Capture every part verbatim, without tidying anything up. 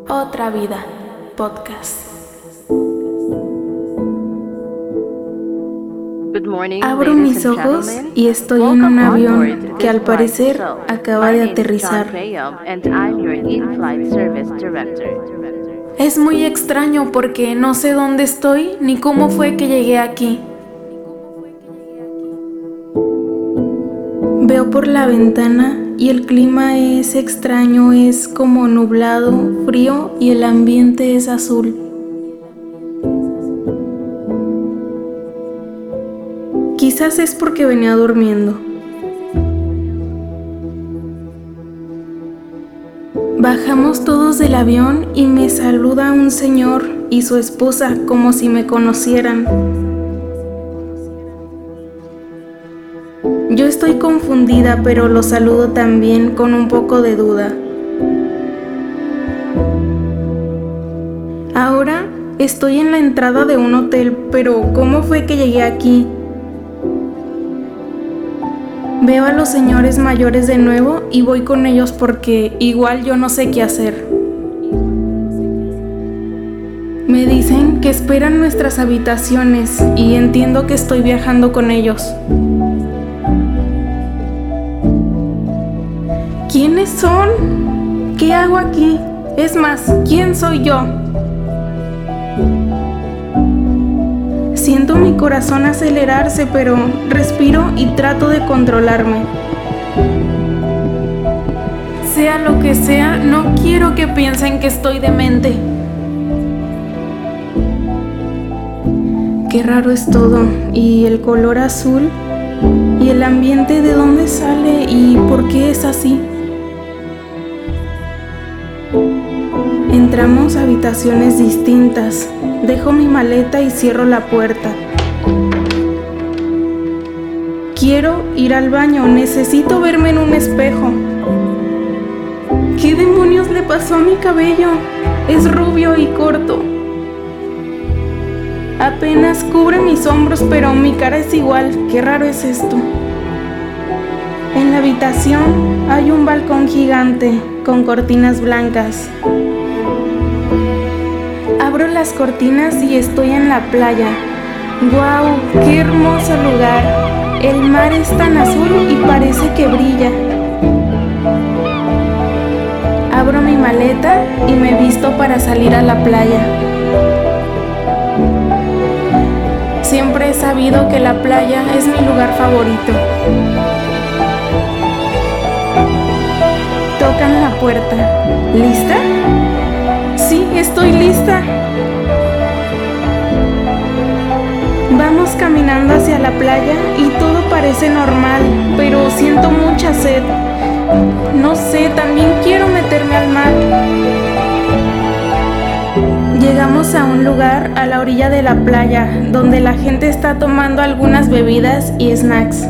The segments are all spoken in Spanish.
Otra vida, podcast. Abro mis ojos y estoy en un avión que al parecer acaba de aterrizar. Es muy extraño porque no sé dónde estoy ni cómo fue que llegué aquí. Veo por la ventana y el clima es extraño, es como nublado, frío y el ambiente es azul. Quizás es porque venía durmiendo. Bajamos todos del avión y me saluda un señor y su esposa como si me conocieran. Yo estoy confundida, pero lo saludo también con un poco de duda. Ahora estoy en la entrada de un hotel, pero ¿cómo fue que llegué aquí? Veo a los señores mayores de nuevo y voy con ellos porque igual yo no sé qué hacer. Me dicen que esperan nuestras habitaciones y entiendo que estoy viajando con ellos. ¿Quiénes son? ¿Qué hago aquí? Es más, ¿quién soy yo? Siento mi corazón acelerarse, pero respiro y trato de controlarme. Sea lo que sea, no quiero que piensen que estoy demente. Qué raro es todo, y el color azul, y el ambiente, ¿de dónde sale y por qué es así? Entramos a habitaciones distintas. Dejo mi maleta y cierro la puerta. Quiero ir al baño, necesito verme en un espejo. ¿Qué demonios le pasó a mi cabello? Es rubio y corto. Apenas cubre mis hombros, pero mi cara es igual. Qué raro es esto. En la habitación hay un balcón gigante con cortinas blancas. Abro las cortinas y estoy en la playa. ¡Guau! ¡Qué hermoso lugar! El mar es tan azul y parece que brilla. Abro mi maleta y me visto para salir a la playa. Siempre he sabido que la playa es mi lugar favorito. Tocan la puerta. ¿Lista? Sí, estoy lista. Vamos caminando hacia la playa y todo parece normal, pero siento mucha sed. No sé, también quiero meterme al mar. Llegamos a un lugar a la orilla de la playa, donde la gente está tomando algunas bebidas y snacks.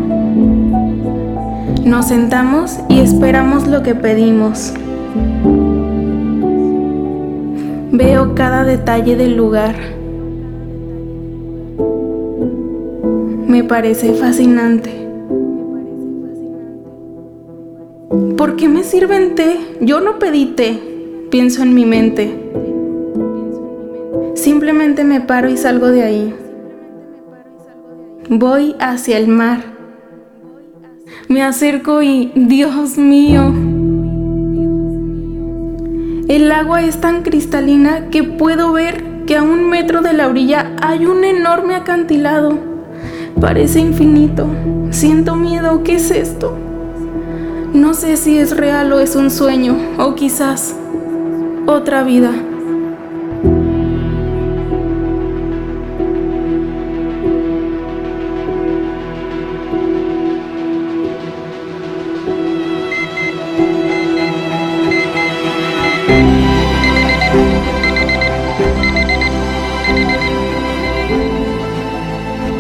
Nos sentamos y esperamos lo que pedimos. Veo cada detalle del lugar. Me parece fascinante. ¿Por qué me sirven té? Yo no pedí té, pienso en mi mente. Simplemente me paro y salgo de ahí. Voy hacia el mar. Me acerco y, Dios mío, el agua es tan cristalina que puedo ver que a un metro de la orilla hay un enorme acantilado. Parece infinito. Siento miedo. ¿Qué es esto? No sé si es real o es un sueño, o quizás otra vida.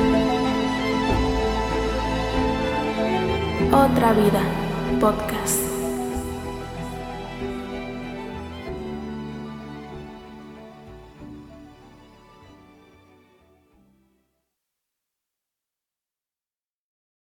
Otra vida, podcast.